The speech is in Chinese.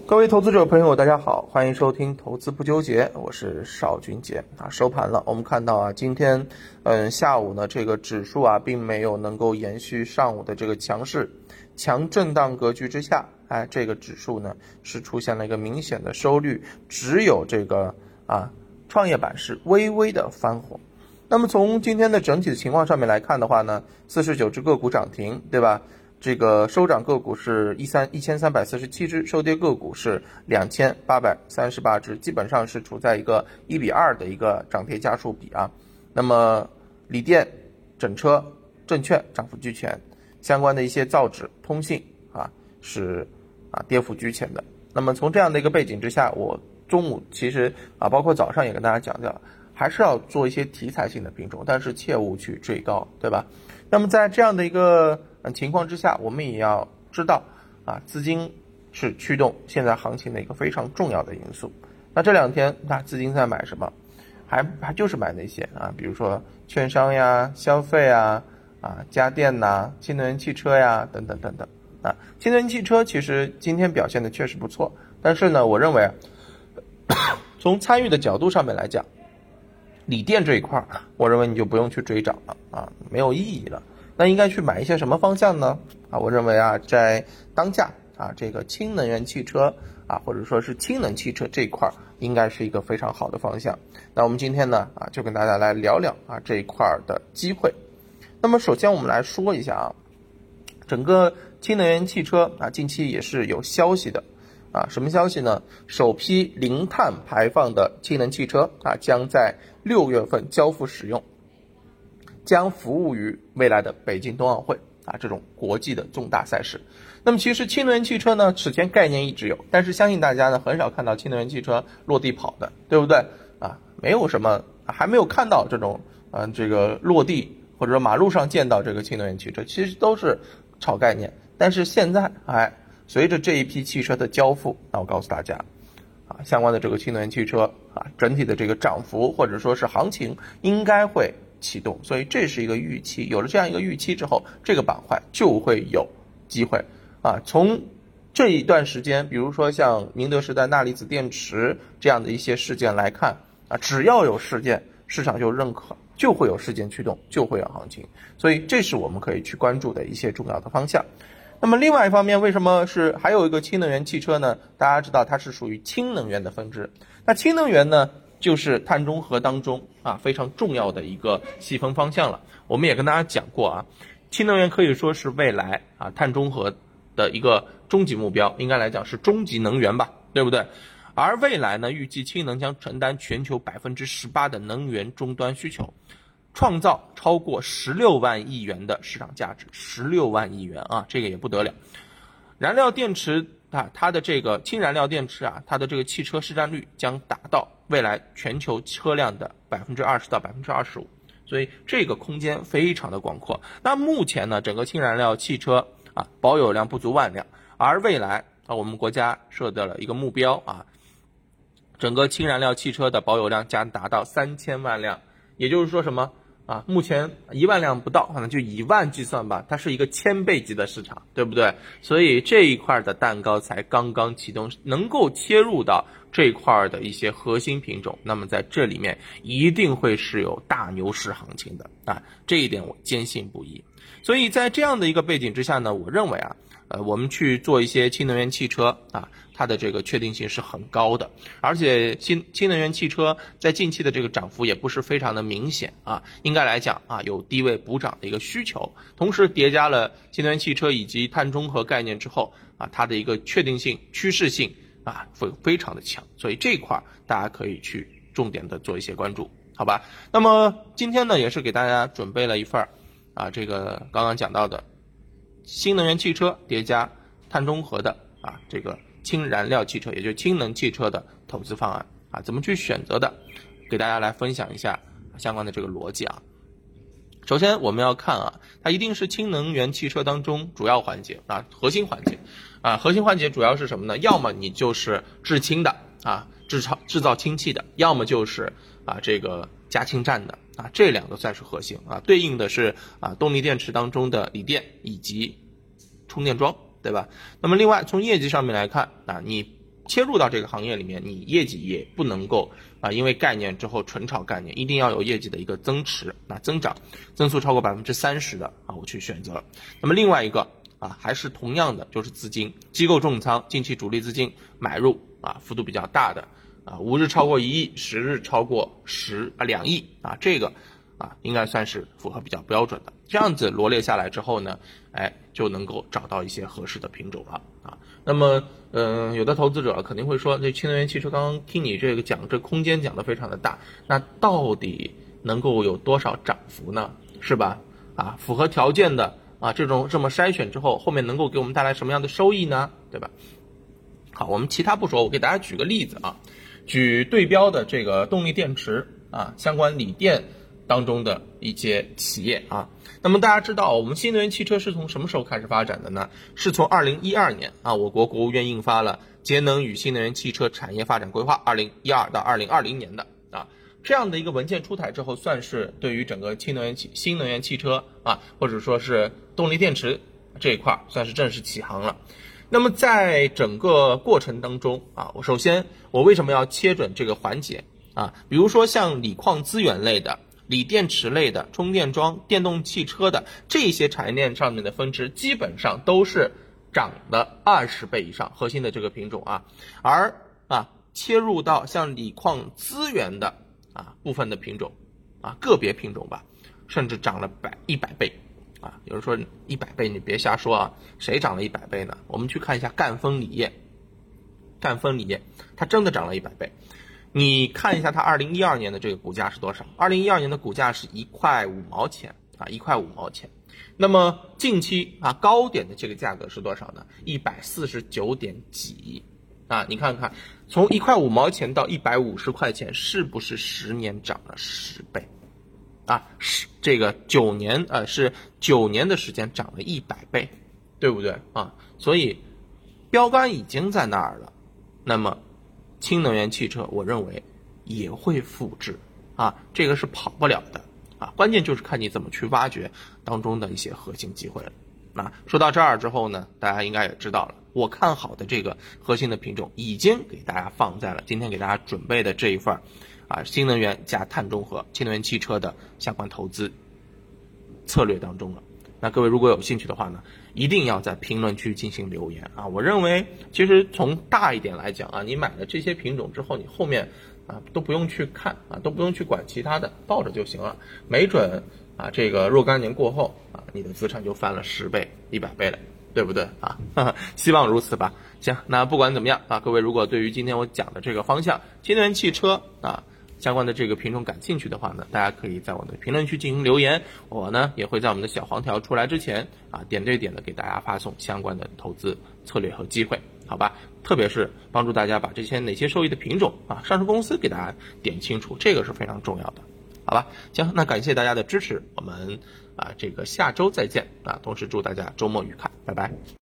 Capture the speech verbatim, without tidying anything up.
各位投资者朋友，大家好，欢迎收听投资不纠结，我是邵军杰啊。收盘了，我们看到啊，今天嗯下午呢，这个指数啊，并没有能够延续上午的这个强势强震荡格局之下，哎，这个指数呢是出现了一个明显的收率，只有这个啊创业板是微微的翻红。那么从今天的整体的情况上面来看的话呢，四十九只个股涨停，对吧？这个收涨个股是一三一千三百四十七只，收跌个股是两千八百三十八只，基本上是处在一个一比二的一个涨跌家数比啊。那么锂电、整车、证券涨幅居前，相关的一些造纸、通信啊是啊跌幅居前的。那么从这样的一个背景之下，我中午其实啊包括早上也跟大家讲讲，还是要做一些题材性的品种，但是切勿去追高，对吧？那么在这样的一个情况之下，我们也要知道啊，资金是驱动现在行情的一个非常重要的因素。那这两天那资金在买什么？还还就是买那些啊，比如说券商呀、消费啊、啊家电呐、新能源汽车呀等等等等啊。新能源汽车其实今天表现的确实不错，但是呢，我认为从参与的角度上面来讲，锂电这一块我认为你就不用去追涨了啊，没有意义了。那应该去买一些什么方向呢？啊，我认为啊，在当下啊，这个氢能源汽车啊，或者说是氢能汽车这一块，应该是一个非常好的方向。那我们今天呢啊，就跟大家来聊聊啊这一块的机会。那么首先我们来说一下啊，整个氢能源汽车啊，近期也是有消息的。啊，什么消息呢？首批零碳排放的氢能汽车啊，将在六月份交付使用，将服务于未来的北京冬奥会啊这种国际的重大赛事。那么其实氢能源汽车呢，此前概念一直有，但是相信大家呢很少看到氢能源汽车落地跑的，对不对？啊，没有什么，还没有看到这种嗯、呃、这个落地或者说马路上见到这个氢能源汽车，其实都是炒概念。但是现在哎。随着这一批汽车的交付，那我告诉大家，啊，相关的这个氢能源汽车啊，整体的这个涨幅或者说是行情应该会启动，所以这是一个预期。有了这样一个预期之后，这个板块就会有机会啊。从这一段时间，比如说像宁德时代钠离子电池这样的一些事件来看啊，只要有事件，市场就认可，就会有事件驱动，就会有行情，所以这是我们可以去关注的一些重要的方向。那么另外一方面，为什么是还有一个氢能源汽车呢？大家知道它是属于氢能源的分支。那氢能源呢，就是碳中和当中啊非常重要的一个细分方向了。我们也跟大家讲过啊，氢能源可以说是未来啊碳中和的一个终极目标，应该来讲是终极能源吧，对不对？而未来呢，预计氢能将承担全球 百分之十八 的能源终端需求。创造超过十六万亿元的市场价值，十六万亿元啊，这个也不得了。燃料电池啊，它的这个氢燃料电池啊，它的这个汽车市占率将达到未来全球车辆的 百分之二十 到 百分之二十五， 所以这个空间非常的广阔。那目前呢，整个氢燃料汽车啊保有量不足万辆，而未来啊我们国家设定了一个目标啊，整个氢燃料汽车的保有量将达到三千万辆，也就是说什么？啊，目前一万辆不到，可能就以万计算吧，它是一个千倍级的市场，对不对？所以这一块的蛋糕才刚刚启动，能够切入到这一块的一些核心品种，那么在这里面一定会是有大牛市行情的啊，这一点我坚信不疑。所以在这样的一个背景之下呢，我认为啊，呃，我们去做一些氢能源汽车啊，它的这个确定性是很高的，而且氢氢能源汽车在近期的这个涨幅也不是非常的明显啊，应该来讲啊，有低位补涨的一个需求，同时叠加了新能源汽车以及碳中和概念之后啊，它的一个确定性、趋势性啊，非非常的强，所以这一块大家可以去重点的做一些关注，好吧？那么今天呢，也是给大家准备了一份啊，这个刚刚讲到的新能源汽车叠加碳中和的啊，这个氢燃料汽车，也就是氢能汽车的投资方案啊，怎么去选择的，给大家来分享一下相关的这个逻辑啊。首先我们要看啊，它一定是氢能源汽车当中主要环节啊，核心环节啊，核心环节主要是什么呢？要么你就是制氢的啊，制造制造氢气的，要么就是啊这个加氢站的啊，这两个算是核心啊，对应的是啊动力电池当中的锂电以及充电桩，对吧？那么另外从业绩上面来看啊，你切入到这个行业里面，你业绩也不能够啊，因为概念之后纯炒概念，一定要有业绩的一个增持啊增长，增速超过百分之三十的啊，我去选择了。那么另外一个啊，还是同样的，就是资金机构重仓，近期主力资金买入啊，幅度比较大的啊，五日超过一亿，十日超过十啊两亿啊，这个啊应该算是符合比较标准的。这样子罗列下来之后呢，哎，就能够找到一些合适的品种了啊。那么，嗯、呃，有的投资者肯定会说，这新能源汽车刚刚听你这个讲，这空间讲得非常的大，那到底能够有多少涨幅呢？是吧？啊，符合条件的啊，这种这么筛选之后，后面能够给我们带来什么样的收益呢？对吧？好，我们其他不说，我给大家举个例子啊，举对标的这个动力电池啊，相关锂电当中的一些企业啊。那么大家知道，我们新能源汽车是从什么时候开始发展的呢？是从二零一二年啊，我国国务院印发了《节能与新能源汽车产业发展规划》二零一二到二零二零年的啊，这样的一个文件出台之后，算是对于整个新能源汽新能源汽车啊，或者说是动力电池这一块算是正式起航了。那么在整个过程当中啊，我首先我为什么要切准这个环节啊？比如说像锂矿资源类的、锂电池类的、充电桩、电动汽车的这些产业链上面的分支，基本上都是涨了二十倍以上，核心的这个品种啊，而啊切入到像锂矿资源的啊部分的品种啊个别品种吧，甚至涨了百一百倍。啊，有人说一百倍，你别瞎说啊！谁涨了一百倍呢？我们去看一下赣锋锂业，赣锋锂业它真的涨了一百倍。你看一下它二零一二年的这个股价是多少？二零一二年的股价是一块五毛钱啊，一块五毛钱。那么近期啊高点的这个价格是多少呢？一百四十九点几啊！你看看，从一块五毛钱到一百五十块钱，是不是十年涨了十倍？啊，是这个九年呃是九年的时间涨了一百倍，对不对啊？所以标杆已经在那儿了，那么氢能源汽车我认为也会复制啊，这个是跑不了的啊，关键就是看你怎么去挖掘当中的一些核心机会了。那说到这儿之后呢，大家应该也知道了，我看好的这个核心的品种已经给大家放在了今天给大家准备的这一份啊，新能源加碳中和、新能源汽车的相关投资策略当中了。那各位如果有兴趣的话呢，一定要在评论区进行留言啊。我认为其实从大一点来讲啊，你买了这些品种之后，你后面啊都不用去看啊，都不用去管其他的，抱着就行了。没准啊这个若干年过后啊，你的资产就翻了十倍、一百倍了。对不对啊？呵呵，希望如此吧。行，那不管怎么样啊，各位如果对于今天我讲的这个方向，新能源汽车啊相关的这个品种感兴趣的话呢，大家可以在我的评论区进行留言，我呢也会在我们的小黄条出来之前啊，点对点的给大家发送相关的投资策略和机会，好吧？特别是帮助大家把这些哪些受益的品种啊，上市公司给大家点清楚，这个是非常重要的。好吧，行，那感谢大家的支持，我们啊这个下周再见啊，同时祝大家周末愉快，拜拜。